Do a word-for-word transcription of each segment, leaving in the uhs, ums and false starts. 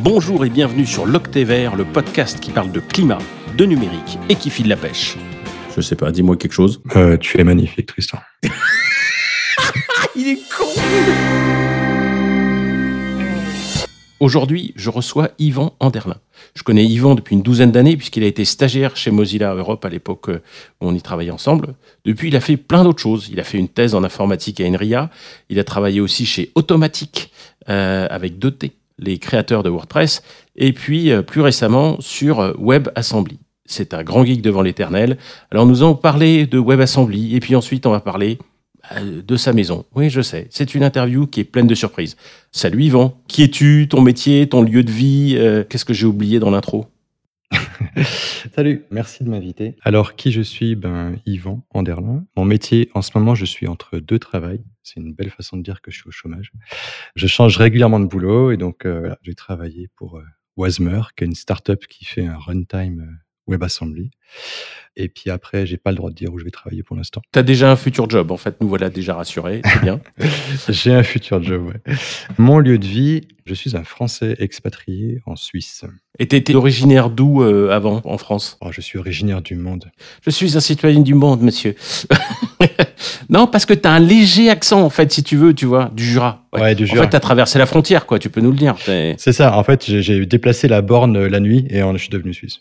Bonjour et bienvenue sur l'Octévert, le podcast qui parle de climat, de numérique et qui file la pêche. Je sais pas, dis-moi quelque chose. Euh, tu es magnifique, Tristan. Il est con. Aujourd'hui, je reçois Yvan Anderlin. Je connais Yvan depuis une douzaine d'années puisqu'il a été stagiaire chez Mozilla Europe à l'époque où on y travaillait ensemble. Depuis, il a fait plein d'autres choses. Il a fait une thèse en informatique à Enria. Il a travaillé aussi chez Automatic euh, avec deux T, les créateurs de WordPress. Et puis, euh, plus récemment, sur WebAssembly. C'est un grand geek devant l'éternel. Alors, nous allons parler de WebAssembly et puis ensuite, on va parler de sa maison. Oui, je sais. C'est une interview qui est pleine de surprises. Salut Yvan. Qui es-tu? Ton métier? Ton lieu de vie? euh, Qu'est-ce que j'ai oublié dans l'intro? Salut, merci de m'inviter. Alors, qui je suis? Ben, Yvan Anderlin. Mon métier, en ce moment, je suis entre deux travails. C'est une belle façon de dire que je suis au chômage. Je change régulièrement de boulot et donc, euh, voilà, j'ai travaillé pour euh, Wasmer, qui est une start-up qui fait un runtime euh, WebAssembly. Et puis après, j'ai pas le droit de dire où je vais travailler pour l'instant. Tu as déjà un futur job, en fait. Nous voilà déjà rassurés. C'est bien. J'ai un futur job, ouais. Mon lieu de vie, je suis un Français expatrié en Suisse. Et tu étais originaire d'où euh, avant, en France? Oh, je suis originaire du monde. Je suis un citoyen du monde, monsieur. Non, parce que tu as un léger accent, en fait, si tu veux, tu vois, du Jura. Ouais, ouais du en Jura. En fait, tu as traversé la frontière, quoi. Tu peux nous le dire. T'es... C'est ça. En fait, j'ai, j'ai déplacé la borne la nuit et je suis devenu suisse.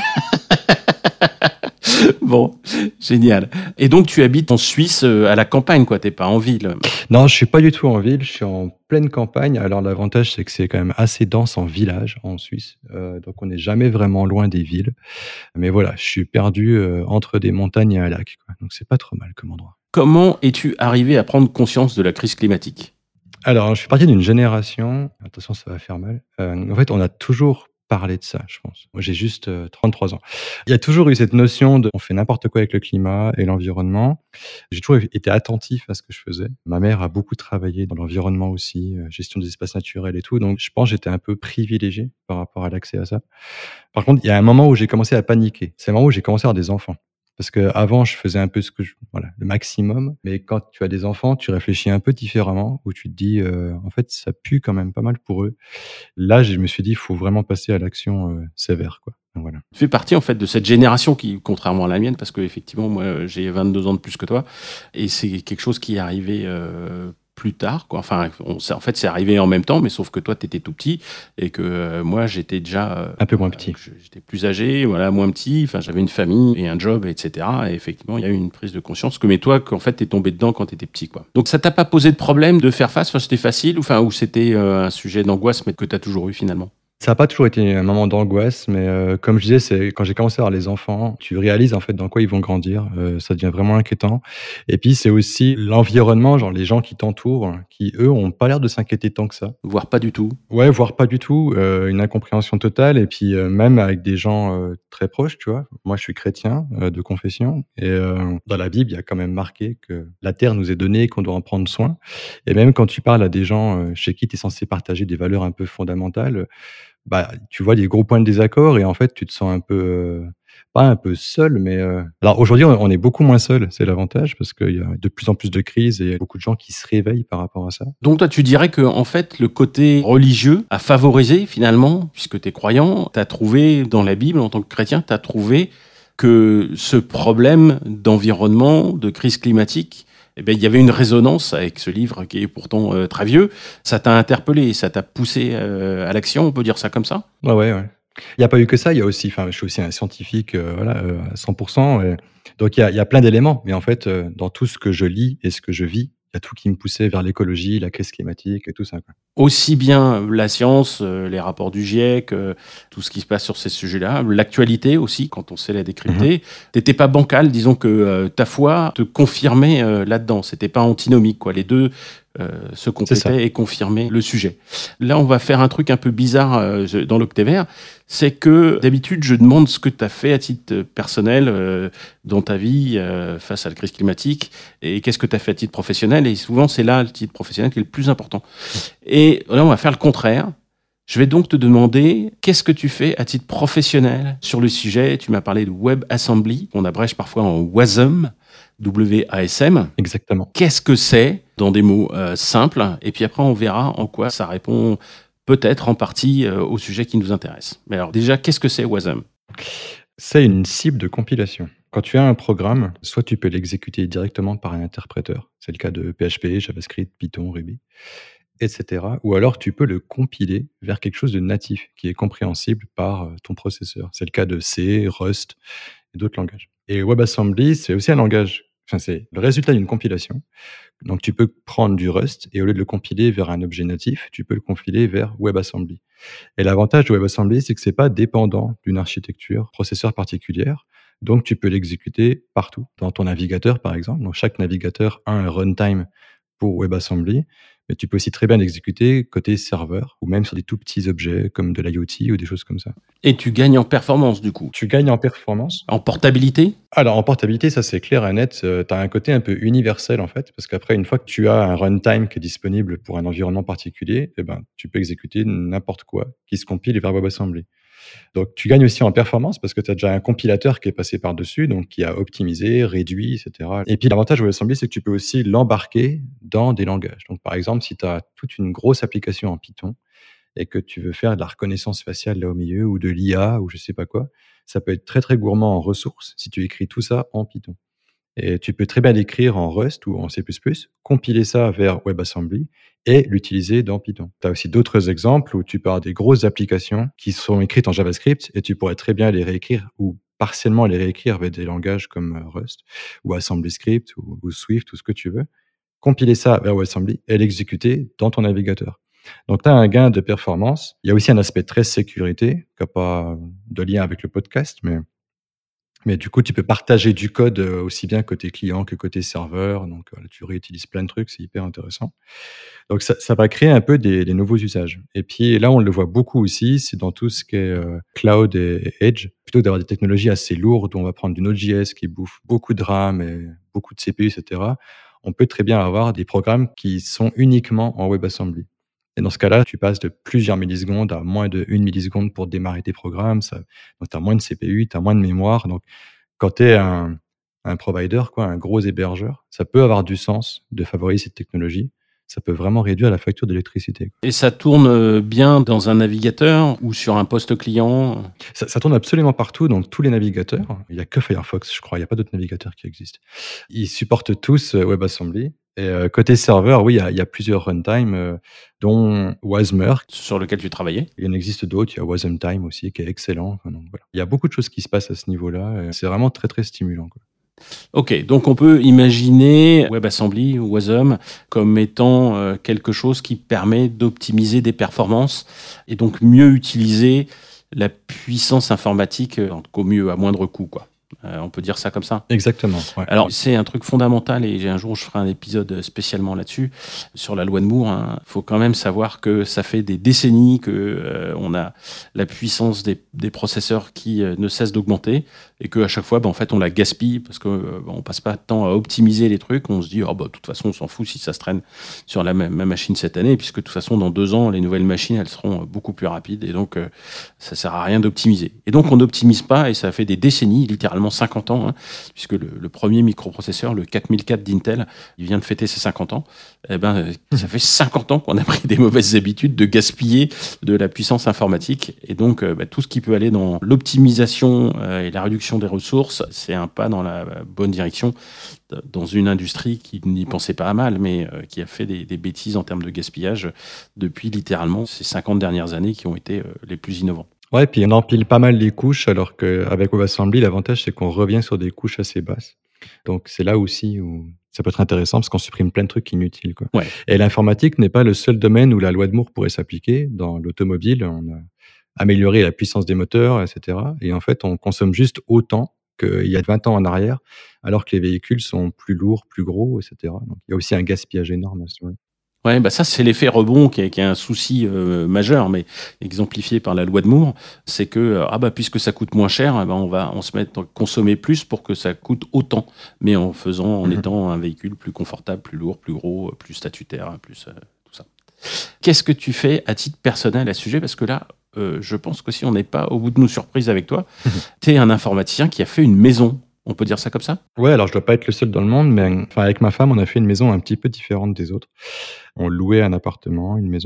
Bon, génial. Et donc, tu habites en Suisse, euh, à la campagne, quoi. T'es pas en ville. Non, je suis pas du tout en ville. Je suis en pleine campagne. Alors, l'avantage, c'est que c'est quand même assez dense en village en Suisse. Euh, donc, on n'est jamais vraiment loin des villes. Mais voilà, je suis perdu euh, entre des montagnes et un lac, quoi. Donc, c'est pas trop mal comme endroit. Comment es-tu arrivé à prendre conscience de la crise climatique? Alors, je suis parti d'une génération. Attention, ça va faire mal. Euh, en fait, on a toujours parler de ça, je pense. Moi, j'ai juste euh, trente-trois ans. Il y a toujours eu cette notion de on fait n'importe quoi avec le climat et l'environnement. J'ai toujours été attentif à ce que je faisais. Ma mère a beaucoup travaillé dans l'environnement aussi, euh, gestion des espaces naturels et tout. Donc, je pense que j'étais un peu privilégié par rapport à l'accès à ça. Par contre, il y a un moment où j'ai commencé à paniquer. C'est le moment où j'ai commencé à avoir des enfants. Parce qu'avant, je faisais un peu ce que je, voilà, le maximum. Mais quand tu as des enfants, tu réfléchis un peu différemment, où tu te dis, euh, en fait, ça pue quand même pas mal pour eux. Là, je me suis dit, il faut vraiment passer à l'action euh, sévère, quoi. Donc, voilà. Tu fais partie, en fait, de cette génération qui, contrairement à la mienne, parce que effectivement, moi, j'ai vingt-deux ans de plus que toi, et c'est quelque chose qui est arrivé euh, plus tard, quoi. Enfin, on, en fait, c'est arrivé en même temps, mais sauf que toi, tu étais tout petit, et que euh, moi, j'étais déjà... Euh, un peu moins petit. Euh, j'étais plus âgé, voilà, moins petit, enfin, j'avais une famille et un job, et cetera. Et effectivement, il y a eu une prise de conscience que, mais toi, qu'en fait, t'es tombé dedans quand t'étais petit, quoi. Donc, ça t'a pas posé de problème de faire face? Enfin, c'était facile, ou, enfin, ou c'était euh, un sujet d'angoisse, mais que t'as toujours eu, finalement? Ça n'a pas toujours été un moment d'angoisse, mais euh, comme je disais, c'est quand j'ai commencé à avoir les enfants, tu réalises en fait dans quoi ils vont grandir. Euh, ça devient vraiment inquiétant. Et puis c'est aussi l'environnement, genre les gens qui t'entourent, qui eux ont pas l'air de s'inquiéter tant que ça. Voire pas du tout. Ouais, voire pas du tout. Euh, une incompréhension totale. Et puis euh, même avec des gens euh, très proches, tu vois. Moi, je suis chrétien euh, de confession, et euh, dans la Bible, il y a quand même marqué que la terre nous est donnée et qu'on doit en prendre soin. Et même quand tu parles à des gens euh, chez qui tu es censé partager des valeurs un peu fondamentales, bah, tu vois des gros points de désaccord et en fait, tu te sens un peu, heu, pas un peu seul, mais heu alors aujourd'hui, on on est beaucoup moins seul, c'est l'avantage parce qu'il y a de plus en plus de crises et il y a beaucoup de gens qui se réveillent par rapport à ça. Donc toi, tu dirais que en fait, le côté religieux a favorisé finalement, puisque tu es croyant, tu as trouvé dans la Bible, en tant que chrétien, tu as trouvé que ce problème d'environnement, de crise climatique, eh bien, il y avait une résonance avec ce livre qui est pourtant euh, très vieux. Ça t'a interpellé, ça t'a poussé euh, à l'action, on peut dire ça comme ça? Ouais, ouais, ouais. Il y a pas eu que ça, il y a aussi enfin, je suis aussi un scientifique, heu, voilà, heu, à cent pour cent et donc il y a il y a plein d'éléments, mais en fait, heu, dans tout ce que je lis et ce que je vis, il y a tout qui me poussait vers l'écologie, la crise climatique et tout ça, quoi. Aussi bien la science, euh, les rapports du GIEC, euh, tout ce qui se passe sur ces sujets-là, l'actualité aussi, quand on sait la décrypter. Mmh. T'étais pas bancal, disons que euh, ta foi te confirmait euh, là-dedans. C'était pas antinomique, quoi. Les deux euh, se complétaient et confirmaient le sujet. Là, on va faire un truc un peu bizarre euh, dans l'Octévert. C'est que d'habitude, je demande ce que tu as fait à titre personnel euh, dans ta vie euh, face à la crise climatique et qu'est-ce que tu as fait à titre professionnel. Et souvent, c'est là le titre professionnel qui est le plus important. Et là, on va faire le contraire. Je vais donc te demander qu'est-ce que tu fais à titre professionnel sur le sujet. Tu m'as parlé de WebAssembly, qu'on abrège parfois en WASM, W A S M. Exactement. Qu'est-ce que c'est dans des mots euh, simples? Et puis après, on verra en quoi ça répond peut-être en partie euh, au sujet qui nous intéresse. Mais alors déjà, qu'est-ce que c'est Wasm? C'est une cible de compilation. Quand tu as un programme, soit tu peux l'exécuter directement par un interpréteur, c'est le cas de P H P, JavaScript, Python, Ruby, et cetera. Ou alors tu peux le compiler vers quelque chose de natif qui est compréhensible par euh, ton processeur. C'est le cas de C, Rust et d'autres langages. Et WebAssembly, c'est aussi un langage, enfin c'est le résultat d'une compilation. Donc tu peux prendre du Rust et au lieu de le compiler vers un objet natif, tu peux le compiler vers WebAssembly. Et l'avantage de WebAssembly, c'est que c'est pas dépendant d'une architecture processeur particulière. Donc, tu peux l'exécuter partout, dans ton navigateur, par exemple. Donc, chaque navigateur a un runtime pour WebAssembly, mais tu peux aussi très bien l'exécuter côté serveur ou même sur des tout petits objets comme de l'IoT ou des choses comme ça. Et tu gagnes en performance du coup? Tu gagnes en performance. En portabilité? Alors, en portabilité, ça c'est clair et net. Euh, tu as un côté un peu universel en fait, parce qu'après, une fois que tu as un runtime qui est disponible pour un environnement particulier, eh ben, tu peux exécuter n'importe quoi qui se compile vers WebAssembly. Donc, tu gagnes aussi en performance parce que tu as déjà un compilateur qui est passé par-dessus, donc qui a optimisé, réduit, et cetera. Et puis, l'avantage de WebAssembly, c'est que tu peux aussi l'embarquer dans des langages. Donc, par exemple, si tu as toute une grosse application en Python et que tu veux faire de la reconnaissance faciale là au milieu ou de l'I A ou je sais pas quoi, ça peut être très, très gourmand en ressources si tu écris tout ça en Python. Et tu peux très bien l'écrire en Rust ou en C plus plus, compiler ça vers WebAssembly et l'utiliser dans Python. Tu as aussi d'autres exemples où tu peux avoir des grosses applications qui sont écrites en JavaScript et tu pourrais très bien les réécrire ou partiellement les réécrire avec des langages comme euh, Rust ou AssemblyScript ou, ou Swift ou ce que tu veux, compiler ça vers WebAssembly et l'exécuter dans ton navigateur. Donc, tu as un gain de performance. Il y a aussi un aspect très sécurité qui n'a pas de lien avec le podcast, mais mais du coup, tu peux partager du code, heu, aussi bien côté client que côté serveur, donc heu, tu réutilises plein de trucs, c'est hyper intéressant. Donc ça ça va créer un peu des des nouveaux usages et puis là, on le voit beaucoup aussi, c'est dans tout ce qui est, heu, cloud et edge. Plutôt que d'avoir des technologies assez lourdes où on va prendre du Node.js qui bouffe beaucoup de RAM et beaucoup de C P U et cetera. On peut très bien avoir des programmes qui sont uniquement en WebAssembly et dans ce cas-là, tu passes de plusieurs millisecondes à moins de une milliseconde pour démarrer tes programmes. Ça donc tu as moins de C P U, tu as moins de mémoire, donc quand tu es un un provider, quoi, un gros hébergeur, ça peut avoir du sens de favoriser cette technologie. Ça peut vraiment réduire la facture d'électricité, quoi. Et ça tourne euh, bien dans un navigateur ou sur un poste client? Ça ça tourne absolument partout, donc tous les navigateurs. Il y a que Firefox, je crois, il y a pas d'autres navigateurs qui existent. Ils supportent tous, heu, WebAssembly et heu, côté serveur, oui, il y a il y a plusieurs runtimes, heu, dont Wasmer. Sur lequel tu travaillais? Il y en existe d'autres, il y a Wasmtime aussi qui est excellent. Enfin donc voilà. Il y a beaucoup de choses qui se passent à ce niveau-là et c'est vraiment très, très stimulant, quoi. Ok, donc on peut imaginer WebAssembly ou Wasm comme étant euh, quelque chose qui permet d'optimiser des performances et donc mieux utiliser la puissance informatique, euh, en tout cas au mieux à moindre coût, quoi. Euh, on peut dire ça comme ça. Exactement, ouais. Alors, c'est un truc fondamental et un jour, je ferai un épisode spécialement là-dessus, sur la loi de Moore. Il faut quand même savoir que ça fait des décennies qu'on euh, a la puissance des, des processeurs qui euh, ne cesse d'augmenter et qu'à chaque fois, ben, en fait, on la gaspille parce qu'on euh, ne passe pas de temps à optimiser les trucs. On se dit, oh, bah, de toute façon, on s'en fout si ça se traîne sur la même, même machine cette année, puisque de toute façon, dans deux ans, les nouvelles machines, elles seront beaucoup plus rapides et donc, euh, ça ne sert à rien d'optimiser. Et donc, on n'optimise pas et ça fait des décennies, littéralement cinquante ans, hein, puisque le, le premier microprocesseur, le quatre mille quatre d'Intel, il vient de fêter ses cinquante ans. Eh ben, ça fait cinquante ans qu'on a pris des mauvaises habitudes de gaspiller de la puissance informatique. Et donc, bah, tout ce qui peut aller dans l'optimisation euh, et la réduction des ressources, c'est un pas dans la bonne direction dans une industrie qui n'y pensait pas à mal, mais euh, qui a fait des, des bêtises en termes de gaspillage depuis littéralement ces cinquante dernières années qui ont été euh, les plus innovantes. Ouais, puis on empile pas mal les couches, alors qu'avec WebAssembly, l'avantage, c'est qu'on revient sur des couches assez basses. Donc, c'est là aussi où ça peut être intéressant parce qu'on supprime plein de trucs inutiles, quoi. Ouais. Et l'informatique n'est pas le seul domaine où la loi de Moore pourrait s'appliquer. Dans l'automobile, on a amélioré la puissance des moteurs, et cetera. Et en fait, on consomme juste autant qu'il y a vingt ans en arrière, alors que les véhicules sont plus lourds, plus gros, et cetera. Donc, il y a aussi un gaspillage énorme à ce moment-là. Ouais, bah ça, c'est l'effet rebond qui est, qui est un souci euh, majeur, mais exemplifié par la loi de Moore. C'est que, euh, ah bah, puisque ça coûte moins cher, eh ben, on va on se met à consommer plus pour que ça coûte autant, mais en faisant, en Mhm. étant un véhicule plus confortable, plus lourd, plus gros, plus statutaire, plus euh, tout ça. Qu'est-ce que tu fais à titre personnel à ce sujet? Parce que là, euh, je pense que si on n'est pas au bout de nos surprises avec toi, tu es un informaticien qui a fait une maison. On peut dire ça comme ça? Ouais, alors je dois pas être le seul dans le monde, mais enfin, avec ma femme, on a fait une maison un petit peu différente des autres. On louait un appartement, une maison,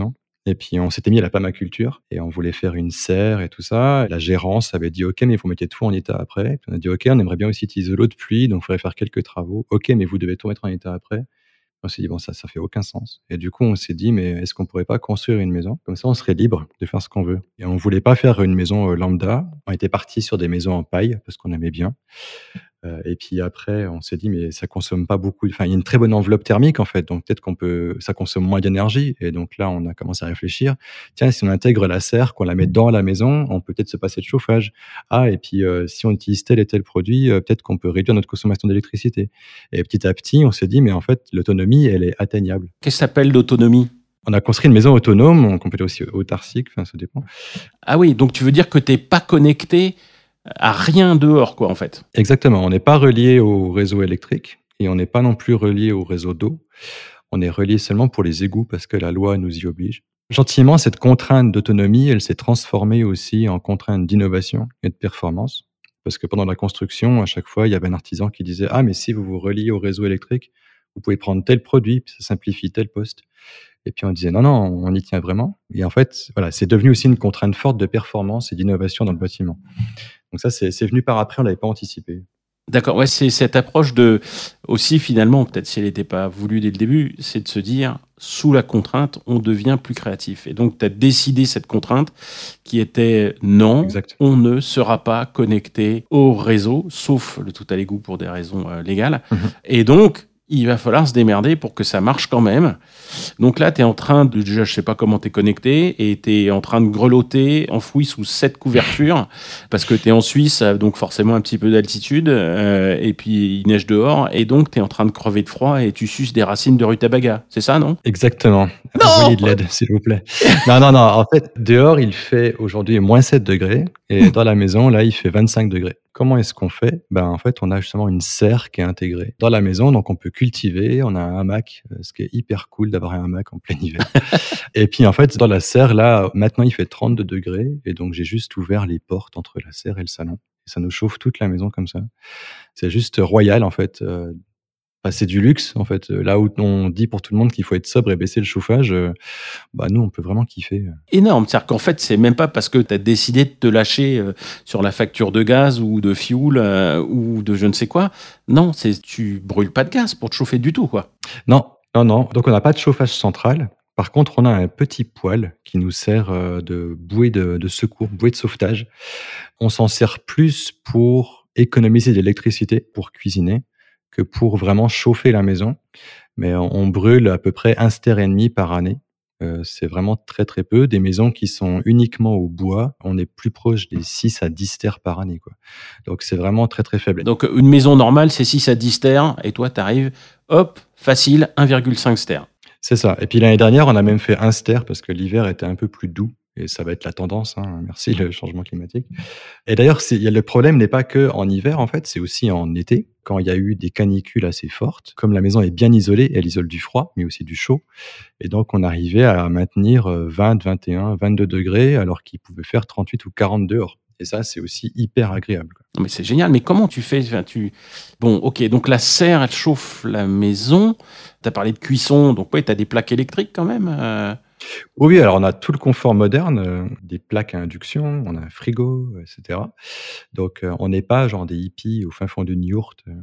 Et puis on s'était mis à la permaculture et on voulait faire une serre et tout ça. La gérance avait dit: «OK, mais vous mettez tout en état après». Puis on a dit: «OK, on aimerait bien aussi utiliser l'eau de pluie, donc il faudrait faire quelques travaux». «OK, mais vous devez tout mettre en état après». On s'est dit: «Bon, ça, ça fait aucun sens» et du coup, on s'est dit: «Mais est-ce qu'on pourrait pas construire une maison? Comme ça, on serait libre de faire ce qu'on veut» et on voulait pas faire une maison, heu, lambda. On était parti sur des maisons en paille parce qu'on aimait bien. Heu et puis après, on s'est dit: «Mais ça consomme pas beaucoup», enfin, il y a une très bonne enveloppe thermique, en fait, donc peut-être qu'on peut ça consomme moins d'énergie et donc là, on a commencé à réfléchir. Tiens, si on intègre la serre, qu'on la met dans la maison, on peut peut-être se passer de chauffage. Ah et puis, heu, si on utilise tel et tel produit, heu, peut-être qu'on peut réduire notre consommation d'électricité et petit à petit, on s'est dit: «Mais en fait, l'autonomie, elle est atteignable». Qu'est-ce que ça s'appelle l'autonomie? On a construit une maison autonome, on qu'on peut aussi autarcique, enfin, ça dépend. Ah oui, donc tu veux dire que tu es pas connecté à rien dehors, quoi, en fait? Exactement, on n'est pas relié au réseau électrique et on n'est pas non plus relié au réseau d'eau. On est relié seulement pour les égouts parce que la loi nous y oblige. Gentiment, cette contrainte d'autonomie, elle s'est transformée aussi en contrainte d'innovation et de performance. Parce que pendant la construction, à chaque fois, il y avait un artisan qui disait: «Ah, mais si vous vous reliez au réseau électrique, vous pouvez prendre tel produit, puis ça simplifie tel poste». Et puis on disait: «Non, non, on y tient vraiment». Et en fait, voilà, c'est devenu aussi une contrainte forte de performance et d'innovation dans le bâtiment. Donc ça, c'est c'est venu par après, on l'avait pas anticipé. D'accord, ouais, c'est cette approche de aussi finalement, peut-être si elle n'était pas voulue dès le début, c'est de se dire: «Sous la contrainte, on devient plus créatif» et donc tu as décidé cette contrainte qui était: «Non, Exact. on ne sera pas connecté au réseau, sauf le tout à l'égout pour des raisons, heu, légales» Mmh. et donc il va falloir se démerder pour que ça marche quand même. Donc là, tu es en train de déjà, je sais pas comment tu es connecté et tu es en train de grelotter, enfoui sous sept couvertures parce que tu es en Suisse, euh, donc forcément un petit peu d'altitude, euh, et puis il neige dehors, et donc tu es en train de crever de froid et tu suces des racines de rutabaga. C'est ça, non? Exactement. Non! Envoyez de l'aide, s'il vous plaît. Non, non, non, en fait, dehors, il fait aujourd'hui moins sept degrés et dans la maison, là, il fait vingt-cinq degrés. Comment est-ce qu'on fait? Ben, en fait, on a justement une serre qui est intégrée dans la maison, donc on peut cultiver, on a un hamac, heu, ce qui est hyper cool d'avoir un hamac en plein hiver et puis, en fait, dans la serre, là, maintenant, il fait trente-deux degrés et donc j'ai juste ouvert les portes entre la serre et le salon et ça nous chauffe toute la maison comme ça. C'est juste royal, en fait, heu Bah, c'est du luxe, en fait, heu, là où on dit pour tout le monde qu'il faut être sobre et baisser le chauffage, heu, bah, nous, on peut vraiment kiffer, heu. Énorme, c'est-à-dire qu'en fait, c'est même pas parce que tu as décidé de te lâcher, heu, sur la facture de gaz ou de fioul, heu, ou de je ne sais quoi. Non, c'est tu brûles pas de gaz pour te chauffer du tout, quoi. Non, non, non, donc on n'a pas de chauffage central. Par contre, on a un petit poêle qui nous sert, heu, de bouée de de secours, bouée de sauvetage. On s'en sert plus pour économiser de l'électricité pour cuisiner que pour vraiment chauffer la maison, mais on on brûle à peu près un stère et demi par année. Heu, c'est vraiment très, très peu. Des maisons qui sont uniquement au bois, on est plus proche des six à dix stères par année, quoi. Donc c'est vraiment très, très faible. Donc une maison normale, c'est six à dix stères et toi, tu arrives, hop, facile, un virgule cinq stères. C'est ça et puis l'année dernière, on a même fait un stère parce que l'hiver était un peu plus doux et ça va être la tendance, hein, merci le changement climatique. Et d'ailleurs, c'est il y a le problème n'est pas que en hiver, en fait, c'est aussi en été, quand il y a eu des canicules assez fortes. Comme la maison est bien isolée, elle isole du froid, mais aussi du chaud et donc on arrivait à maintenir, heu, vingt, vingt et un, vingt-deux degrés alors qu'il pouvait faire trente-huit ou quarante dehors et ça, c'est aussi hyper agréable, quoi. Non, mais c'est génial, mais comment tu fais? Enfin, tu bon, OK, donc la serre, elle chauffe la maison. Tu as parlé de cuisson, donc ouais, tu as des plaques électriques quand même, heu? Oui, oui, alors on a tout le confort moderne, heu, des plaques à induction, on a un frigo, et cetera. Donc, heu, on n'est pas genre des hippies au fin fond d'une yourte, heu,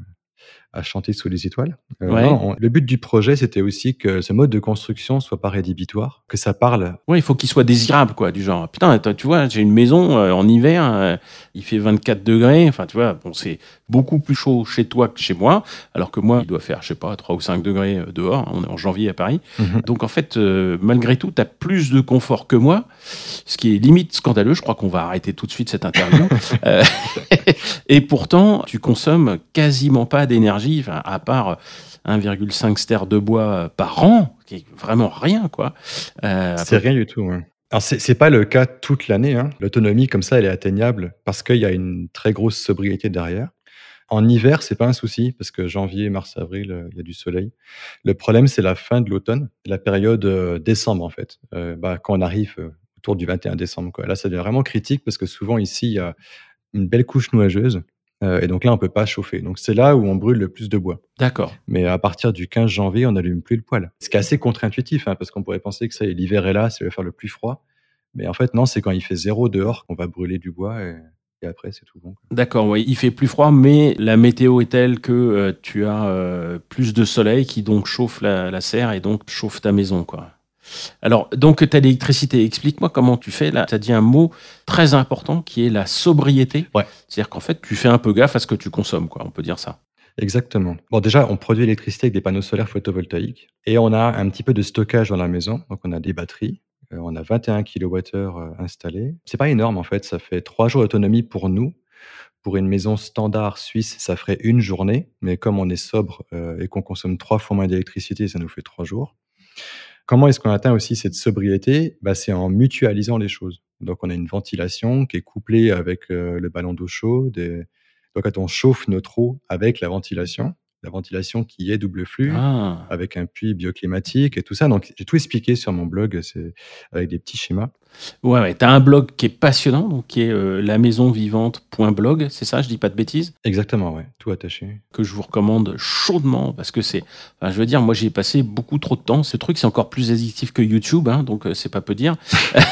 à chanter sous les étoiles. Heu, non, Ouais. on le but du projet, c'était aussi que ce mode de construction soit pas rédhibitoire, que ça parle. Ouais, il faut qu'il soit désirable, quoi, du genre: «Putain, toi, tu vois, j'ai une maison, heu, en hiver, heu, il fait vingt-quatre degrés». Enfin, tu vois? Bon, c'est beaucoup plus chaud chez toi que chez moi, alors que moi, il doit faire, je sais pas, trois ou cinq degrés heu, dehors. On est en janvier à Paris. Mmh. Donc en fait, heu, malgré tout, tu as plus de confort que moi, ce qui est limite scandaleux. Je crois qu'on va arrêter tout de suite cette interview. Heu et pourtant, tu consommes quasiment pas d'énergie, enfin, à part un virgule cinq stères de bois par an, qui est vraiment rien, quoi. Heu, à C'est peu rien du tout, ouais. Alors c'est c'est pas le cas toute l'année, hein. L'autonomie comme ça, elle est atteignable parce qu'il y a une très grosse sobriété derrière. En hiver, c'est pas un souci parce que janvier, mars, avril, heu, il y a du soleil. Le problème, c'est la fin de l'automne, la période, heu, décembre, en fait. Heu, bah, quand on arrive, heu, autour du vingt et un décembre, quoi. Là, ça devient vraiment critique parce que souvent ici, il y a une belle couche nuageuse, Heu et donc là, on peut pas chauffer. Donc c'est là où on brûle le plus de bois. D'accord. Mais à partir du quinze janvier, on n'allume plus le poêle. Ce qui est assez contre-intuitif, hein, parce qu'on pourrait penser que ça y est, l'hiver est là, ça va faire le plus froid. Mais en fait, non, c'est quand il fait zéro dehors qu'on va brûler du bois et et après c'est tout bon, quoi. D'accord, oui, il fait plus froid, mais la météo est telle que, heu, tu as, heu, plus de soleil qui donc chauffe la la serre et donc chauffe ta maison, quoi. Alors, donc tu as l'électricité. Explique-moi comment tu fais là. Tu as dit un mot très important qui est la sobriété. Ouais, C'est-à-dire qu'en fait, tu fais un peu gaffe à ce que tu consommes, quoi, on peut dire ça? exactement. Bon, déjà, on produit l'électricité avec des panneaux solaires photovoltaïques et on a un petit peu de stockage dans la maison. Donc on a des batteries, heu, on a vingt et un kilowattheures, heu, installés. C'est pas énorme en fait, ça fait trois jours d'autonomie pour nous. Pour une maison standard suisse, ça ferait une journée, mais comme on est sobre, heu et qu'on consomme trois fois moins d'électricité, ça nous fait trois jours. Comment est-ce qu'on atteint aussi cette sobriété? Bah, c'est en mutualisant les choses. Donc on a une ventilation qui est couplée avec, heu, le ballon d'eau chaude et donc quand on chauffe notre eau avec la ventilation, la ventilation qui est double flux, Ah! avec un puits bioclimatique et tout ça. Donc j'ai tout expliqué sur mon blog, c'est avec des petits schémas. Ouais, ouais, tu as un blog qui est passionnant, donc qui est, heu, la maison vivante point blog, c'est ça, je dis pas de bêtises? Exactement, ouais, tout attaché. Que je vous recommande chaudement parce que c'est enfin, je veux dire, moi, j'y ai passé beaucoup trop de temps. Ce truc, c'est encore plus addictif que YouTube, hein, donc heu, c'est pas peu dire.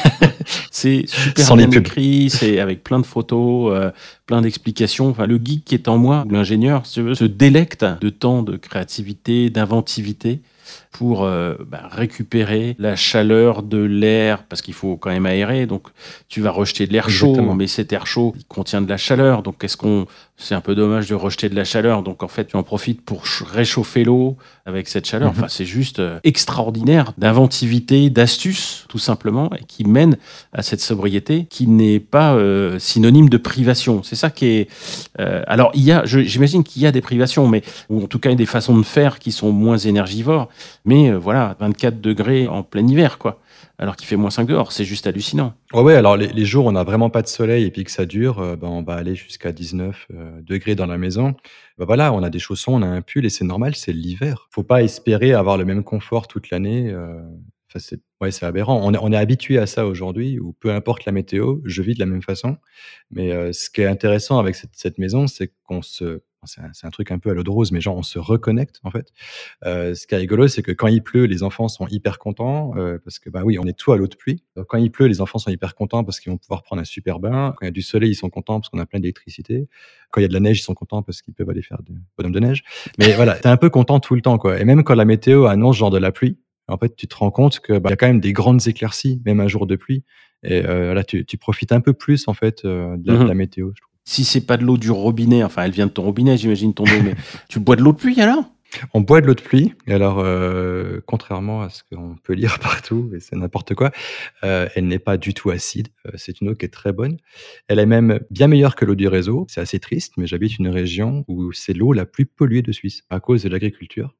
C'est super Sans les bien pubs. écrit, c'est avec plein de photos, heu, plein d'explications. Enfin, le geek qui est en moi, ou l'ingénieur, si tu veux, se délecte de tant de créativité, d'inventivité pour, heu, bah, récupérer la chaleur de l'air parce qu'il faut quand même aérer, donc tu vas rejeter de l'air chaud, Exactement. mais cet air chaud, il contient de la chaleur, donc qu'est-ce qu'on c'est un peu dommage de rejeter de la chaleur, donc en fait, tu en profites pour ch réchauffer l'eau avec cette chaleur. Mmh. Enfin, c'est juste, heu, extraordinaire d'inventivité, d'astuce, tout simplement, et qui mène à cette sobriété qui n'est pas, heu, synonyme de privation. C'est ça qui est, heu, alors il y a je j'imagine qu'il y a des privations, mais ou en tout cas des façons de faire qui sont moins énergivores, mais heu, voilà, vingt-quatre degrés en plein hiver, quoi, alors qu'il fait moins cinq dehors, c'est juste hallucinant. Ouais, ouais, alors les les jours où on n'a vraiment pas de soleil et puis que ça dure, heu, ben, on va aller jusqu'à dix-neuf, heu, degrés dans la maison. Bah, voilà, on a des chaussons, on a un pull et c'est normal, c'est l'hiver. Faut pas espérer avoir le même confort toute l'année, heu, enfin c'est ouais, c'est aberrant. On est on est habitué à ça aujourd'hui où peu importe la météo, je vis de la même façon. Mais, heu, ce qui est intéressant avec cette cette maison, c'est qu'on se c'est un c'est un truc un peu à l'eau de rose, mais genre on se reconnecte en fait. Heu, ce qui est rigolo, c'est que quand il pleut, les enfants sont hyper contents, heu, parce que, bah, oui, on est tout à l'eau de pluie. Donc quand il pleut, les enfants sont hyper contents parce qu'ils vont pouvoir prendre un super bain. Quand il y a du soleil, ils sont contents parce qu'on a plein d'électricité. Quand il y a de la neige, ils sont contents parce qu'ils peuvent aller faire du bonhomme de neige. Mais voilà, tu es un peu content tout le temps, quoi. Et même quand la météo annonce genre de la pluie, en fait, tu te rends compte que, bah, il y a quand même des grandes éclaircies, même un jour de pluie. Et heu, là, tu tu profites un peu plus, en fait, heu, de la de Mmh. la météo, je trouve. Si c'est pas de l'eau du robinet, enfin, elle vient de ton robinet, j'imagine, ton eau, mais tu bois de l'eau de pluie alors? On boit de l'eau de pluie et alors, heu, contrairement à ce qu'on peut lire partout et c'est n'importe quoi, heu, elle n'est pas du tout acide, heu, c'est une eau qui est très bonne. Elle est même bien meilleure que l'eau du réseau. C'est assez triste, mais j'habite une région où c'est l'eau la plus polluée de Suisse à cause de l'agriculture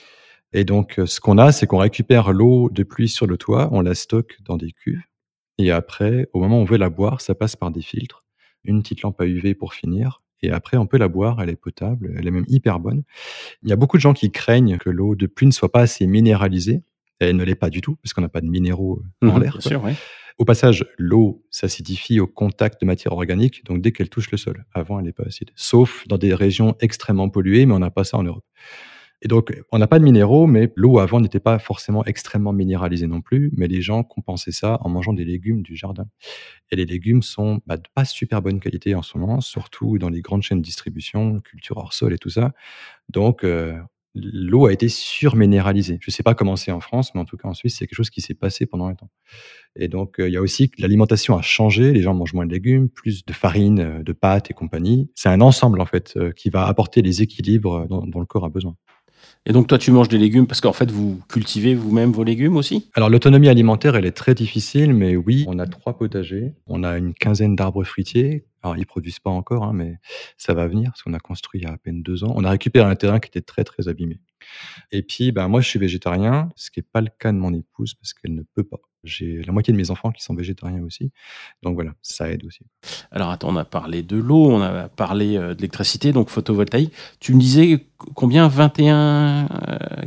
et donc, heu, ce qu'on a, c'est qu'on récupère l'eau de pluie sur le toit, on la stocke dans des cuves et après, au moment où on veut la boire, ça passe par des filtres, une petite lampe à U V pour finir et après on peut la boire, elle est potable, elle est même hyper bonne. Il y a beaucoup de gens qui craignent que l'eau de pluie ne soit pas assez minéralisée. Elle ne l'est pas du tout, parce qu'on n'a pas de minéraux, heu, dans Mmh, l'air, bien quoi. sûr, oui. Au passage, l'eau s'acidifie au contact de matières organiques, donc dès qu'elle touche le sol. Avant, elle n'est pas acide. Sauf dans des régions extrêmement polluées, mais on n'a pas ça en Europe. Et donc, on n'a pas de minéraux, mais l'eau avant n'était pas forcément extrêmement minéralisée non plus, mais les gens compensaient ça en mangeant des légumes du jardin. Et les légumes sont, bah, de pas super bonne qualité en ce moment, surtout dans les grandes chaînes de distribution, culture hors sol et tout ça. Donc, heu, l'eau a été surminéralisée. Je ne sais pas comment c'est en France, mais en tout cas en Suisse, c'est quelque chose qui s'est passé pendant un temps. Et donc, heu, il y a aussi que l'alimentation a changé, les gens mangent moins de légumes, plus de farine, heu, de pâtes et compagnie. C'est un ensemble en fait, heu, qui va apporter les équilibres, dont dont le corps a besoin. Et donc toi, tu manges des légumes parce qu'en fait, vous cultivez vous-même vos légumes aussi? Alors l'autonomie alimentaire, elle est très difficile, mais oui, on a trois potagers, on a une quinzaine d'arbres fruitiers. Alors ils produisent pas encore, hein, mais ça va venir parce qu'on a construit il y a à peine deux ans. On a récupéré un terrain qui était très, très abîmé. Et puis, ben, moi, je suis végétarien, ce qui est pas le cas de mon épouse parce qu'elle ne peut pas. J'ai la moitié de mes enfants qui sont végétariens aussi, donc voilà, ça aide aussi. Alors attends, on a parlé de l'eau, on a parlé, heu, de l'électricité, donc photovoltaïque. Tu me disais c combien? vingt et un heu,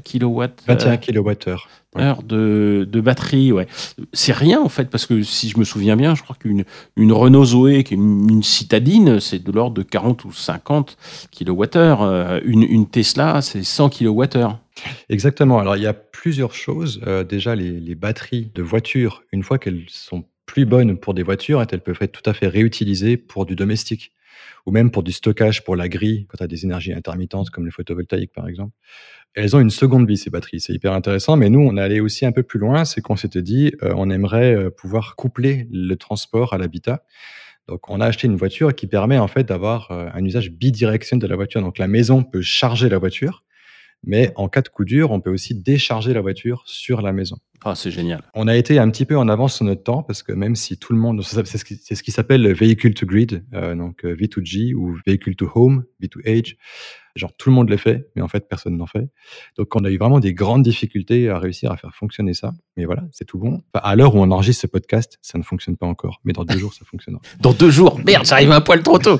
kilowatts. vingt et un kilowattheures. Ouais. Heure de, de batterie, ouais. C'est rien en fait, parce que si je me souviens bien, je crois qu'une une Renault Zoé, qui est une, une citadine, c'est de l'ordre de quarante ou cinquante kilowattheures. Euh, une, une Tesla, c'est cent kilowattheures. Exactement. Alors, il y a plusieurs choses. Euh, déjà, les, les batteries de voitures, une fois qu'elles sont plus bonnes pour des voitures, elles peuvent être tout à fait réutilisées pour du domestique ou même pour du stockage pour la grille, quand tu as des énergies intermittentes comme le photovoltaïque par exemple. Elles ont une seconde vie, ces batteries. C'est hyper intéressant. Mais nous, on est allé aussi un peu plus loin. C'est qu'on s'était dit, euh, on aimerait euh, pouvoir coupler le transport à l'habitat. Donc, on a acheté une voiture qui permet en fait d'avoir euh, un usage bidirectionnel de la voiture. Donc, la maison peut charger la voiture, mais en cas de coup dur, on peut aussi décharger la voiture sur la maison. Ah, c'est génial. On a été un petit peu en avance sur notre temps parce que même si tout le monde, c'est ce qui, c'est ce qui s'appelle le Vehicle to Grid, euh, donc V deux G ou Vehicle to Home, V deux H. Genre tout le monde le fait, mais en fait personne n'en fait. Donc on a eu vraiment des grandes difficultés à réussir à faire fonctionner ça. Mais voilà, c'est tout bon. Enfin, à l'heure où on enregistre ce podcast, ça ne fonctionne pas encore. Mais dans deux jours, ça fonctionnera. Dans deux jours, merde, j'arrive un poil trop tôt.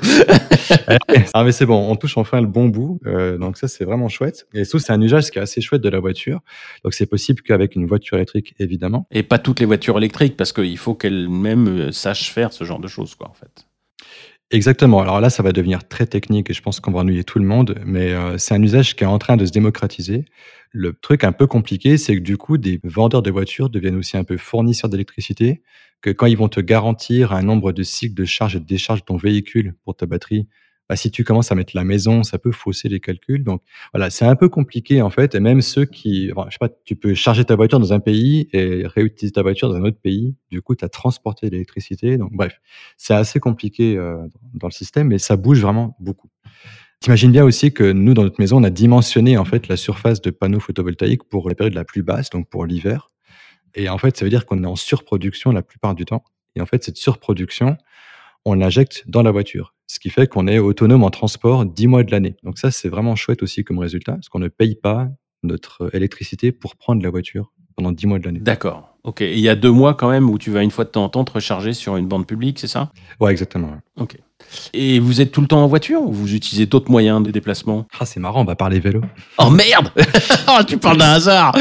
Ah mais c'est bon, on touche enfin le bon bout. Euh, donc ça c'est vraiment chouette. Et surtout c'est un usage qui est assez chouette de la voiture. Donc c'est possible qu'avec une voiture électrique évidemment. Et pas toutes les voitures électriques parce qu'il faut qu'elles-mêmes sachent faire ce genre de choses quoi en fait. Exactement. Alors là, ça va devenir très technique et je pense qu'on va ennuyer tout le monde, mais euh, c'est un usage qui est en train de se démocratiser. Le truc un peu compliqué, c'est que du coup, des vendeurs de voitures deviennent aussi un peu fournisseurs d'électricité, que quand ils vont te garantir un nombre de cycles de charge et de décharge de ton véhicule pour ta batterie, bah, si tu commences à mettre la maison, ça peut fausser les calculs. Donc voilà, c'est un peu compliqué en fait. Et même ceux qui, enfin, je sais pas, tu peux charger ta voiture dans un pays et réutiliser ta voiture dans un autre pays. Du coup, tu as transporté l'électricité. Donc bref, c'est assez compliqué euh, dans le système, mais ça bouge vraiment beaucoup. T'imagines bien aussi que nous, dans notre maison, on a dimensionné en fait la surface de panneaux photovoltaïques pour la période la plus basse, donc pour l'hiver. Et en fait, ça veut dire qu'on est en surproduction la plupart du temps. Et en fait, cette surproduction, on l'injecte dans la voiture. Ce qui fait qu'on est autonome en transport dix mois de l'année. Donc ça, c'est vraiment chouette aussi comme résultat, parce qu'on ne paye pas notre électricité pour prendre la voiture pendant dix mois de l'année. D'accord. Ok. Et il y a deux mois quand même où tu vas une fois de temps en temps te recharger sur une borne publique, c'est ça ? Ouais, exactement. Ouais. Ok. Et vous êtes tout le temps en voiture ou vous utilisez d'autres moyens de déplacement ? Ah, c'est marrant, on va parler vélo. Oh merde. Oh, tu parles d'un hasard.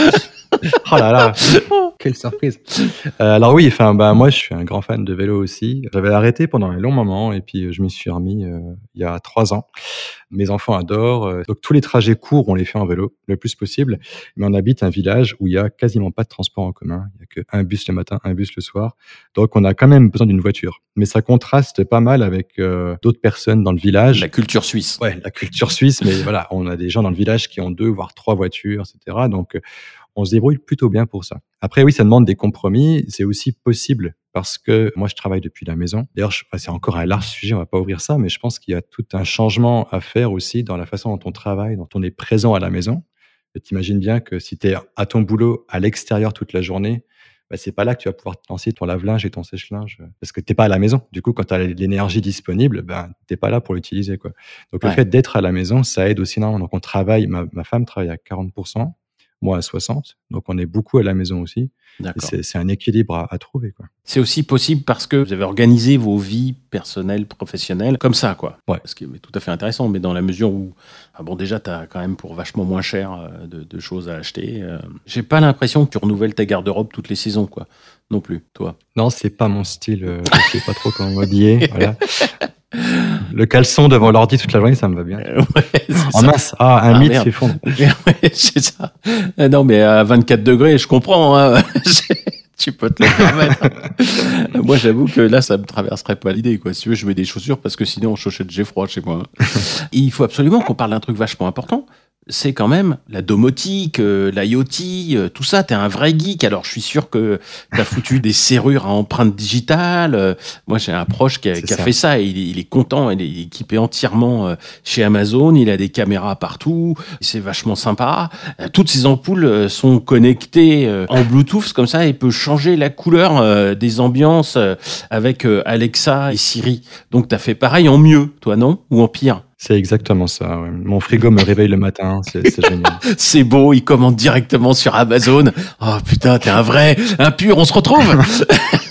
Oh là là, quelle surprise. Euh, alors oui, enfin bah moi je suis un grand fan de vélo aussi. J'avais arrêté pendant un long moment et puis je m'y suis remis euh, il y a trois ans. Mes enfants adorent, euh, donc tous les trajets courts on les fait en vélo le plus possible. Mais on habite un village où il y a quasiment pas de transport en commun. Il y a qu'un bus le matin, un bus le soir. Donc on a quand même besoin d'une voiture. Mais ça contraste pas mal avec euh, d'autres personnes dans le village. La culture suisse. Ouais, la culture suisse. Mais voilà, on a des gens dans le village qui ont deux voire trois voitures, et cetera. Donc on se débrouille plutôt bien pour ça. Après, oui, ça demande des compromis. C'est aussi possible parce que moi, je travaille depuis la maison. D'ailleurs, je, enfin, c'est encore un large sujet, on va pas ouvrir ça, mais je pense qu'il y a tout un changement à faire aussi dans la façon dont on travaille, dont on est présent à la maison. Tu imagines bien que si tu es à ton boulot, à l'extérieur toute la journée, bah, c'est pas là que tu vas pouvoir te lancer ton lave-linge et ton sèche-linge parce que t'es pas à la maison. Du coup, quand tu as l'énergie disponible, ben, t'es pas là pour l'utiliser, quoi. Donc, ouais. Le fait d'être à la maison, ça aide aussi énormément. Donc, on travaille, ma, ma femme travaille à quarante pour cent. Moi à soixante, donc on est beaucoup à la maison aussi. C'est, c'est un équilibre à, à trouver, quoi. C'est aussi possible parce que vous avez organisé vos vies personnelles, professionnelles, comme ça, quoi. Ouais. Ce qui est tout à fait intéressant, mais dans la mesure où, ah bon, déjà, tu as quand même pour vachement moins cher euh, de, de choses à acheter. Euh, j'ai pas l'impression que tu renouvelles ta garde-robe toutes les saisons, quoi. Non plus, toi. Non, c'est pas mon style. Euh, je sais pas trop comment m'habiller. Voilà. Le caleçon devant l'ordi toute la journée, ça me va bien. Euh, ouais, oh mince, ah, un ah, mythe merde. s'effondre. Ouais, c'est ça. Non, mais à vingt-quatre degrés, je comprends. Hein. Tu peux te le permettre. Moi, j'avoue que là, ça me traverserait pas l'idée, quoi. Si tu veux, je mets des chaussures parce que sinon, en chaussette, j'ai froid chez moi. Et il faut absolument qu'on parle d'un truc vachement important. C'est quand même la domotique, euh, l'IoT, euh, tout ça. T'es un vrai geek. Alors, je suis sûr que t'as foutu des serrures à empreinte digitale. Euh, moi, j'ai un proche qui a, qui a fait ça et il, il est content. Il est équipé entièrement euh, chez Amazon. Il a des caméras partout. C'est vachement sympa. Euh, toutes ces ampoules euh, sont connectées euh, en Bluetooth comme ça et peut changer la couleur euh, des ambiances euh, avec euh, Alexa et Siri. Donc, t'as fait pareil en mieux, toi, non? Ou en pire? C'est exactement ça. Ouais. Mon frigo me réveille le matin, c'est, c'est génial. C'est beau, il commande directement sur Amazon. Oh putain, t'es un vrai, un pur, on se retrouve.